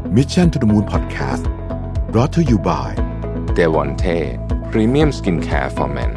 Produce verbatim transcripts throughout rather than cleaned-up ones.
Mission to the Moon Podcast brought to you by Devonte Premium Skincare for Men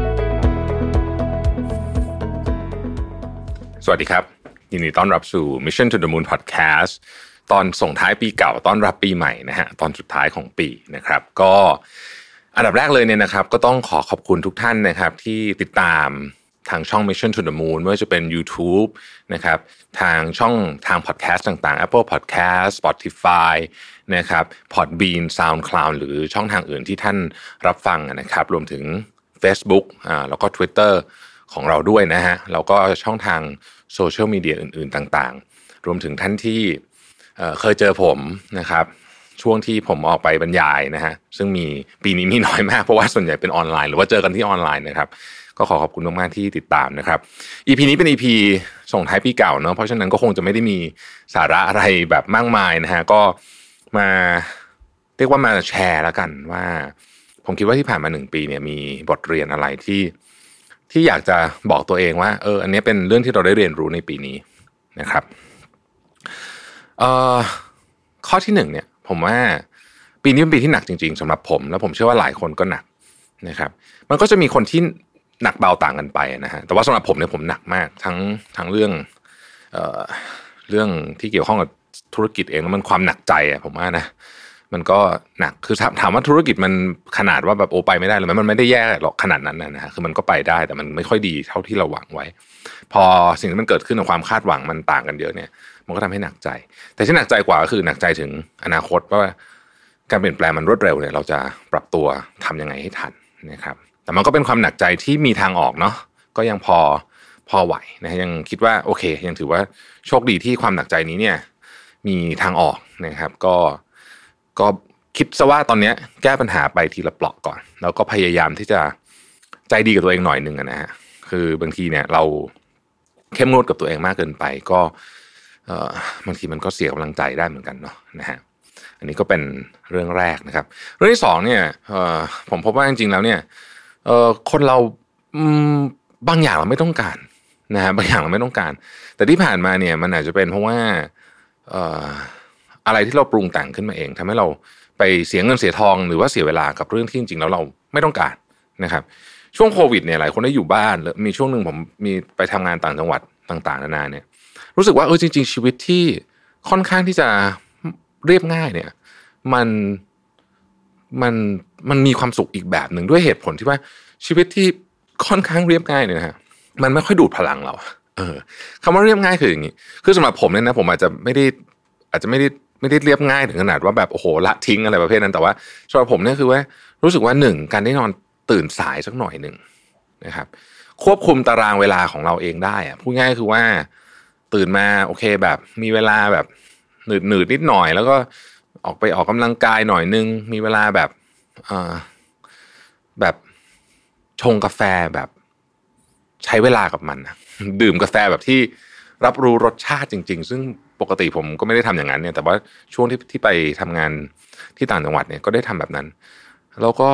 สวัสดีครับยินดีต้อนรับสู่ Mission to the Moon Podcast ตอนส่งท้ายปีเก่าต้อนรับปีใหม่นะฮะตอนสุดท้ายของปีนะครับก็อันดับแรกเลยเนี่ยนะครับก็ต้องขอขอบคุณทุกท่านนะครับที่ติดตามทางช่อง Mission to the Moon ไม่ว่าจะเป็น YouTube นะครับทางช่องทาง Podcast ต่างๆ Apple Podcast Spotify นะครับ Podbean SoundCloud หรือช่องทางอื่นที่ท่านรับฟังนะครับรวมถึง Facebook อ่าแล้วก็ Twitter ของเราด้วยนะฮะแล้วก็ช่องทางโซเชียลมีเดียอื่นๆต่างๆรวมถึงท่านที่เอ่อเคยเจอผมนะครับช่วงที่ผมออกไปบรรยายนะฮะซึ่งมีปีนี้มีน้อยมากเพราะว่าส่วนใหญ่เป็นออนไลน์หรือว่าเจอกันที่ออนไลน์นะครับก็ขอขอบคุณมากๆที่ติดตามนะครับ อี พี นี้เป็น อี พี ส่งท้ายปีเก่าเนาะเพราะฉะนั้นก็คงจะไม่ได้มีสาระอะไรแบบมากมายนะฮะก็มาเรียกว่ามาแชร์แล้วกันว่าผมคิดว่าที่ผ่านมาหนึ่งปีเนี่ยมีบทเรียนอะไรที่ที่อยากจะบอกตัวเองว่าเอออันนี้เป็นเรื่องที่เราได้เรียนรู้ในปีนี้นะครับเอ่อข้อที่หนึ่งเนี่ยผมว่าปีนี้เป็นปีที่หนักจริงๆสำหรับผมแล้วผมเชื่อว่าหลายคนก็หนักนะครับมันก็จะมีคนที่หนักเบาต่างกันไปนะฮะแต่ว่าสำหรับผมเนี่ยผมหนักมากทั้งทั้งเรื่องเอ่อเรื่องที่เกี่ยวข้องกับธุรกิจเองแล้วมันความหนักใจอ่ะผมว่านะมันก็หนักคือถามถามว่าธุรกิจมันขนาดว่าแบบโอไปไม่ได้เลยมันไม่ได้แย่หรอกขนาดนั้นนะฮะคือมันก็ไปได้แต่มันไม่ค่อยดีเท่าที่เราหวังไว้พอสิ่งที่มันเกิดขึ้นกับความคาดหวังมันต่างกันเยอะเนี่ยมันก็ทำให้หนักใจแต่ที่หนักใจกว่าก็คือหนักใจถึงอนาคตว่าการเปลี่ยนแปลงมันรวดเร็วเนี่ยเราจะปรับตัวทำยังไงให้ทันนะครับแต่มันก็เป็นความหนักใจที่มีทางออกเนาะก็ยังพอพอไหวนะยังคิดว่าโอเคยังถือว่าโชคดีที่ความหนักใจนี้เนี่ยมีทางออกนะครับก็ก็คิดซะว่าตอนนี้แก้ปัญหาไปทีละเปราะก่อนแล้วก็พยายามที่จะใจดีกับตัวเองหน่อยนึงนะฮะคือบางทีเนี่ยเราเข้มงวดกับตัวเองมากเกินไปก็เอ่อบางทีมันก็เสียกำลังใจได้เหมือนกันเนาะนะฮะอันนี้ก็เป็นเรื่องแรกนะครับเรื่องที่สองเนี่ยเอ่อผมพบว่าจริงๆแล้วเนี่ยเอ่อคนเราอืมบางอย่างเราไม่ต้องการนะฮะบางอย่างเราไม่ต้องการแต่ที่ผ่านมาเนี่ยมันอาจจะเป็นเพราะว่าเอ่ออะไรที่เราปรุงแต่งขึ้นมาเองทำให้เราไปเสียเงินเสียทองหรือว่าเสียเวลากับเรื่องที่จริงๆแล้วเราไม่ต้องการนะครับช่วงโควิดเนี่ยหลายคนได้อยู่บ้านแล้วมีช่วงนึงผมมีไปทำงานต่างจังหวัดต่างๆนานาเนี่ยรู้สึกว่าเออจริงๆชีวิตที่ค่อนข้างที่จะเรียบง่ายเนี่ยมันมันมันมีความสุขอีกแบบหนึ่งด้วยเหตุผลที่ว่าชีวิตที่ค่อนข้างเรียบง่ายเนี่ยนะฮะมันไม่ค่อยดูดพลังเราเออคำว่าเรียบง่ายคืออย่างนี้คือสำหรับผมเนี่ยนะผมอาจจะไม่ได้อาจจะไม่ได้ไม่ได้เรียบง่ายถึงขนาดว่าแบบโอ้โหละทิ้งอะไรประเภทนั้นแต่ว่าสำหรับผมเนี่ยคือว่ารู้สึกว่าหนึ่งการได้นอนตื่นสายสักหน่อยหนึ่งนะครับควบคุมตารางเวลาของเราเองได้อะพูดง่ายคือว่าตื่นมาโอเคแบบมีเวลาแบบหนืดหนืดนิดหน่อยแล้วก็ออกไปออกกำลังกายหน่อยนึงมีเวลาแบบเอ่อแบบชงกาแฟแบบใช้เวลากับมันดื่มกาแฟแบบที่รับรู้รสชาติจริงๆซึ่งปกติผมก็ไม่ได้ทำอย่างนั้นเนี่ยแต่ว่าช่วงที่ที่ไปทำงานที่ต่างจังหวัดเนี่ยก็ได้ทำแบบนั้นแล้วก็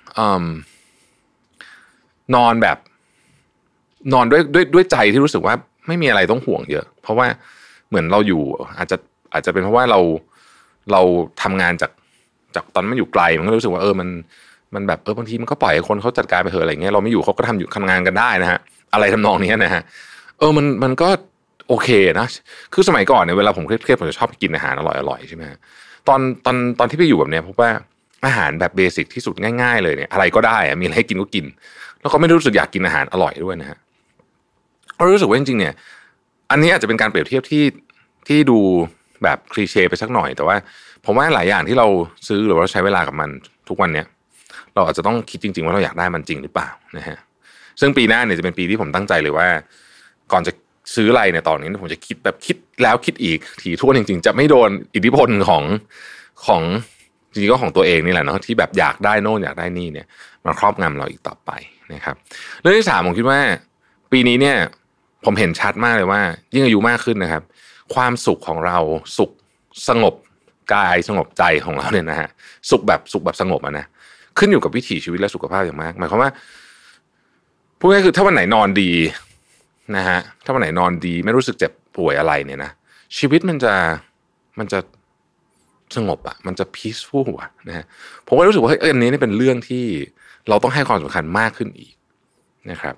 นอนแบบนอนด้วยด้วยด้วยใจที่รู้สึกว่าไม่มีอะไรต้องห่วงเยอะเพราะว่าเหมือนเราอยู่อาจจะอาจจะเป็นเพราะว่าเราเราทำงานจากจากตอนมันอยู่ไกลมันก็รู้สึกว่าเออมันมันแบบเออบางทีมันก็ปล่อยให้คนเขาจัดการไปเถอะอะไรเงี้ยเราไม่อยู่เขาก็ทำอยู่ทำงานกันได้นะฮะอะไรทำนองนี้นะฮะเออมันมันก็โอเคนะคือสมัยก่อนเนี่ยเวลาผมเครียดๆผมจะชอบกินอาหารอร่อยๆใช่ไหมตอนตอนตอนที่ไปอยู่แบบเนี้ยพบว่าอาหารแบบเบสิกที่สุดง่ายๆเลยเนี่ยอะไรก็ได้อะมีอะไรให้กินก็กินแล้วก็ไม่รู้สึกอยากกินอาหารอร่อยด้วยนะฮะก็รู้สึกว่าจริงๆเนี่ยอันนี้อาจจะเป็นการเปรียบเทียบที่ที่ดูแบบคลีเช่ไปสักหน่อยแต่ว่าผมว่าหลายอย่างที่เราซื้อหรือว่าใช้เวลากับมันทุกวันเนี้ยเราอาจจะต้องคิดจริงๆว่าเราอยากได้มันจริงหรือเปล่านะฮะซึ่งปีหน้าเนี่ยจะเป็นปีที่ผมตั้งใจเลยว่าก่อนจะซื้ออะไรเนี่ยตอนนี้ผมจะคิดแบบคิดแล้วคิดอีกถี่ถ้วนจริงๆจะไม่โดนอิทธิพลของของจริงๆก็ของตัวเองนี่แหละเนาะที่แบบอยากได้โน่นอยากได้นี่เนี่ยมาครอบงำเราอีกต่อไปนะครับเรื่องที่สามผมคิดว่าปีนี้เนี่ยผมเห็นชัดมากเลยว่ายิ่งอายุมากขึ้นนะครับความสุขของเราสุขสงบกายสงบใจของเราเนี่ยนะฮะสุขแบบสุขแบบสงบอ่ะนะขึ้นอยู่กับวิถีชีวิตและสุขภาพอย่างมากหมายความว่าพูดง่ายคือถ้าวันไหนนอนดีนะฮะถ้าวันไหนนอนดีไม่รู้สึกเจ็บป่วยอะไรเนี่ยนะชีวิตมันจะมันจะสงบอ่ะมันจะ peaceful อ่ะนะฮะผมก็รู้สึกว่าเฮ้ยอันนี้นี่เป็นเรื่องที่เราต้องให้ความสำคัญมากขึ้นอีกนะครับ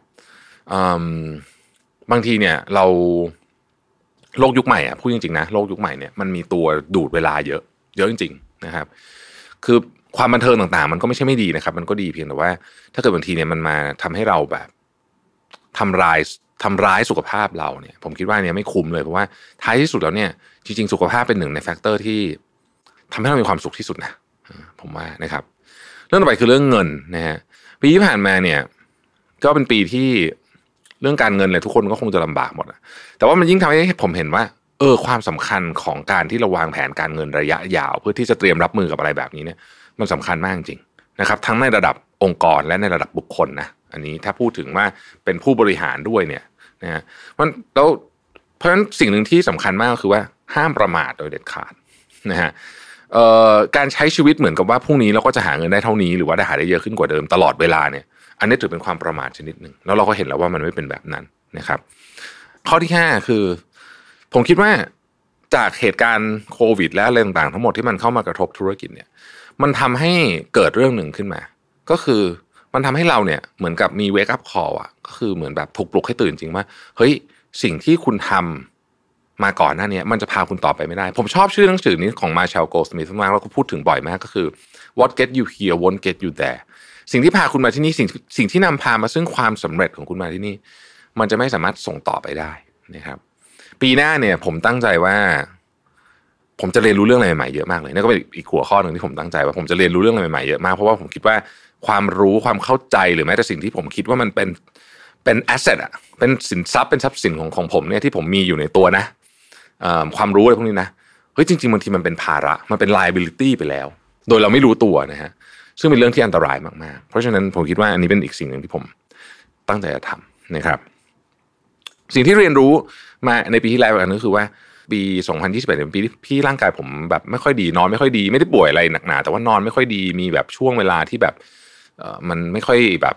บางทีเนี่ยเราโลกยุคใหม่อ่ะพูดจริงๆนะโลกยุคใหม่เนี่ยมันมีตัวดูดเวลาเยอะเยอะจริงๆนะครับคือความบันเทิงต่างๆมันก็ไม่ใช่ไม่ดีนะครับมันก็ดีเพียงแต่ว่าถ้าเกิดบางทีเนี่ยมันมาทำให้เราแบบทำลายทำร้ายสุขภาพเราเนี่ยผมคิดว่าเนี่ยไม่คุ้มเลยเพราะว่าท้ายที่สุดแล้วเนี่ยจริงๆสุขภาพเป็นหนึ่งในแฟกเตอร์ที่ทำให้เรามีความสุขที่สุดนะผมว่านะครับเรื่องต่อไปคือเรื่องเงินนะฮะปีที่ผ่านมาเนี่ยก็เป็นปีที่เรื่องการเงินเลยทุกคนก็คงจะลำบากหมดแต่ว่ามันยิ่งทำให้ผมเห็นว่าเออความสำคัญของการที่เราวางแผนการเงินระยะยาวเพื่อที่จะเตรียมรับมือกับอะไรแบบนี้เนี่ยมันสำคัญมากจริงนะครับทั้งในระดับองค์กรและในระดับบุคคลนะอันนี้ถ้าพูดถึงว่าเป็นผู้บริหารด้วยเนี่ยนะฮะมันแล้วเพราะฉะนั้นสิ่งหนึ่งที่สำคัญมากก็คือว่าห้ามประมาทโดยเด็ดขาดนะฮะเอ่อการใช้ชีวิตเหมือนกับว่าพรุ่งนี้เราก็จะหาเงินได้เท่านี้หรือว่าได้หาได้เยอะขึ้นกว่าเดิมตลอดเวลาเนี่ยอันนี้ถือเป็นความประมาทชนิดหนึ่งแล้วเราก็เห็นแล้วว่ามันไม่เป็นแบบนั้นนะครับข้อที่ห้าคือผมคิดว่าจากเหตุการณ์โควิดและอะไรต่างๆทั้งหมดที่มันเข้ามากระทบธุรกิจเนี่ยมันทำให้เกิดเรื่องหนึ่งขึ้นมาก็คือมันทำให้เราเนี่ยเหมือนกับมี wake up call อ่ะก็คือเหมือนแบบถูกปลุกให้ตื่นจริงว่าเฮ้ยสิ่งที่คุณทำมาก่อนหน้านี้มันจะพาคุณต่อไปไม่ได้ผมชอบชื่อหนังสือนี้ของ Marshall Goldsmith มากแล้วก็พูดถึงบ่อยมากก็คือ what get you here won't get you there สิ่งที่พาคุณมาที่นี่สิ่งสิ่งที่นำพามาซึ่งความสำเร็จของคุณมาที่นี่มันจะไม่สามารถส่งต่อไปได้นะครับปีหน้าเนี่ยผมตั้งใจว่าผมจะเรียนรู้เรื่องอะไรใหม่ๆเยอะมากเลยนั่นก็เป็นอีกหัวข้อหนึ่งที่ผมตั้งใจว่าผมจะเรียนรู้เรื่องอะไรใหม่ๆเยอะมากเพราะว่าผมคิดว่าความรู้ความเข้าใจหรือแม้แต่สิ่งที่ผมคิดว่ามันเป็นเป็นแอสเซทอะเป็นสินทรัพย์เป็นทรัพย์สินของของผมเนี่ยที่ผมมีอยู่ในตัวนะความรู้อะไรพวกนี้นะเฮ้ยจริงๆบางทีมันเป็นภาระมันเป็น liability ไปแล้วโดยเราไม่รู้ตัวนะฮะซึ่งเป็นเรื่องที่อันตรายมากๆเพราะฉะนั้นผมคิดว่าอันนี้เป็นอีกสิ่งหนึ่งที่ผมตั้งใจจะทำนะครับสิ่งที่เรียนรู้มาในปีที่แล้วอันนึงคือว่าปีสองพันยี่สิบเอ็ดเป็นปีที่พี่ร่างกายผมแบบไม่ค่อยดีนอนไม่ค่อยดีไม่ได้ป่วยอะไรหนักหนาแต่ว่านอนไม่ค่อยดีมีแบบช่วงเวลาที่แบบเออมันไม่ค่อยแบบ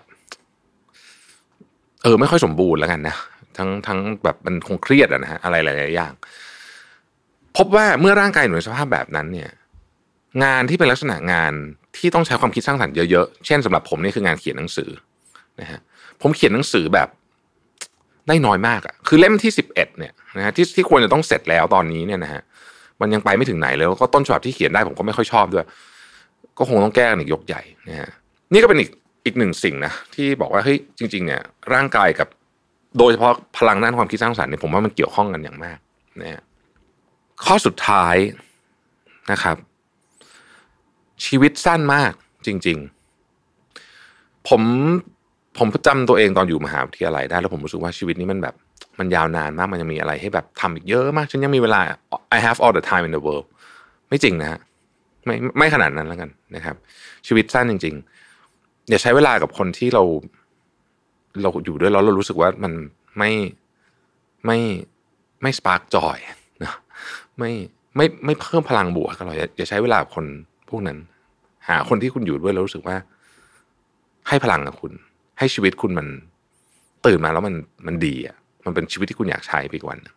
เออไม่ค่อยสมบูรณ์แล้วกันนะทั้งทั้งแบบมันคงเครียดอะนะฮะอะไรหลายๆอย่างพบว่าเมื่อร่างกายอยู่ในสภาพแบบนั้นเนี่ยงานที่เป็นลักษณะงานที่ต้องใช้ความคิดสร้างสรรค์เยอะๆเช่นสำหรับผมนี่คืองานเขียนหนังสือนะฮะผมเขียนหนังสือแบบได้น้อยมากอ่ะคือเล่มที่สิบเอ็ดเนี่ยนะฮะที่ที่ควรจะต้องเสร็จแล้วตอนนี้เนี่ยนะฮะมันยังไปไม่ถึงไหนเลยแล้วก็ต้นฉบับที่เขียนได้ผมก็ไม่ค่อยชอบด้วยก็คงต้องแก้กันอีกยกใหญ่นะฮะนี่ก็เป็นอีกอีกหนึ่งสิ่งนะที่บอกว่าเฮ้ยจริงๆเนี่ยร่างกายกับโดยเฉพาะพลังด้านความคิดสร้างสรรค์เนี่ยผมว่ามันเกี่ยวข้องกันอย่างมากนะฮะข้อสุดท้ายนะครับชีวิตสั้นมากจริงๆผมผมจำตัวเองตอนอยู่มหาวิทยาลัยได้แล้วผมรู้สึกว่าชีวิตนี้มันแบบมันยาวนานมากมันยังมีอะไรให้แบบทำอีกเยอะมากฉันยังมีเวลา I have all the time in the world ไม่จริงนะฮะไม่ไม่ขนาดนั้นแล้วกันนะครับชีวิตสั้นจริงๆอย่าใช้เวลากับคนที่เราเราอยู่ด้วยแล้วเรารู้สึกว่ามันไม่ไม่ไม่สปาร์กจอยนะไม่ไม่ไม่เพิ่มพลังบวกกันเลยอย่าใช้เวลากับคนพวกนั้นหาคนที่คุณอยู่ด้วยแล้วรู้สึกว่าให้พลังกับคุณให้ชีวิตคุณมันตื่นมาแล้วมันมันดีอ่ะมันเป็นชีวิตที่คุณอยากใช้ไปอีกวัน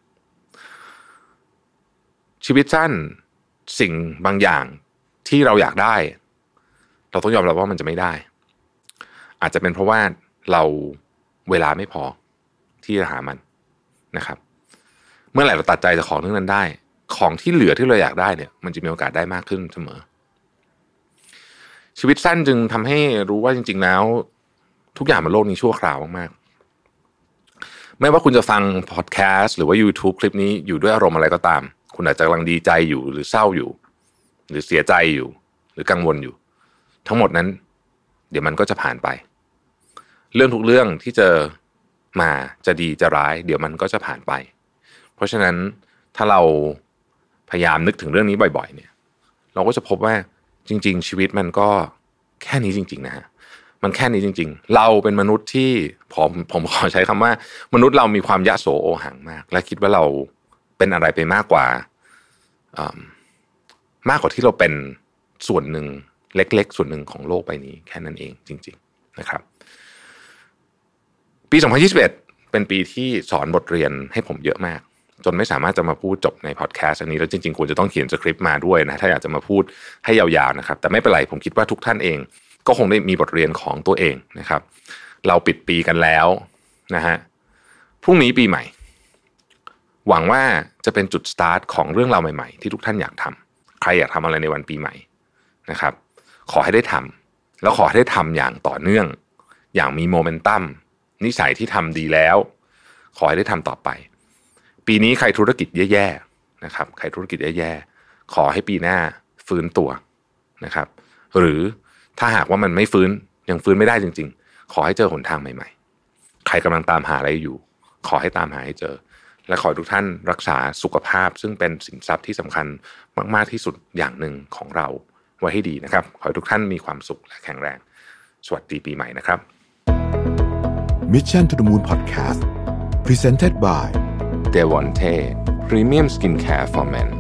ชีวิตสั้นสิ่งบางอย่างที่เราอยากได้เราต้องยอมรับว่ามันจะไม่ได้อาจจะเป็นเพราะว่าเราเวลาไม่พอที่จะหามันนะครับเมื่อไหร่เราตัดใจจากของนั้นได้ของที่เหลือที่เราอยากได้เนี่ยมันจะมีโอกาสได้มากขึ้นเสมอชีวิตสั้นจึงทำให้รู้ว่าจริงๆแล้วทุกอย่างบนโลกนี้ชั่วคราวมากๆไม่ว่าคุณจะฟังพอดแคสต์หรือว่า YouTube คลิปนี้อยู่ด้วยอารมณ์อะไรก็ตามคุณอาจจะกำลังดีใจอยู่หรือเศร้าอยู่หรือเสียใจอยู่หรือกังวลอยู่ทั้งหมดนั้นเดี๋ยวมันก็จะผ่านไปเรื่องทุกเรื่องที่เจอมาจะดีจะร้ายเดี๋ยวมันก็จะผ่านไปเพราะฉะนั้นถ้าเราพยายามนึกถึงเรื่องนี้บ่อยๆเนี่ยเราก็จะพบว่าจริงๆชีวิตมันก็แค่นี้จริงๆนะฮะมันแค่นี้จริงๆเราเป็นมนุษย์ที่ผมผมขอใช้คำว่ามนุษย์เรามีความยะโสโอหังมากและคิดว่าเราเป็นอะไรไปมากกว่ามากกว่าที่เราเป็นส่วนหนึ่งเล็กๆส่วนหนึ่งของโลกใบนี้แค่นั้นเองจริงๆนะครับปีสองพันยี่สิบเอ็ดเป็นปีที่สอนบทเรียนให้ผมเยอะมากจนไม่สามารถจะมาพูดจบในพอดแคสต์อันนี้แล้วจริงๆควรจะต้องเขียนสคริปต์มาด้วยนะถ้าอยากจะมาพูดให้ยาวๆนะครับแต่ไม่เป็นไรผมคิดว่าทุกท่านเองก็คงได้มีบทเรียนของตัวเองนะครับเราปิดปีกันแล้วนะฮะพรุ่งนี้ปีใหม่หวังว่าจะเป็นจุดสตาร์ทของเรื่องราวใหม่ๆที่ทุกท่านอยากทำใครอยากทำอะไรในวันปีใหม่นะครับขอให้ได้ทำแล้วขอให้ได้ทำอย่างต่อเนื่องอย่างมีโมเมนตัมนิสัยที่ทำดีแล้วขอให้ได้ทำต่อไปปีนี้ใครธุรกิจแย่ๆนะครับใครธุรกิจแย่ๆขอให้ปีหน้าฟื้นตัวนะครับหรือถ้าหากว่ามันไม่ฟื้นยังฟื้นไม่ได้จริงๆขอให้เจอหนทางใหม่ๆใครกำลังตามหาอะไรอยู่ขอให้ตามหาให้เจอและขอทุกท่านรักษาสุขภาพซึ่งเป็นสินทรัพย์ที่สำคัญมากๆที่สุดอย่างหนึ่งของเราไว้ให้ดีนะครับขอให้ทุกท่านมีความสุขและแข็งแรงสวัสดีปีใหม่นะครับ Mission to the Moon Podcast Presented by Devonte Premium Skincare for Men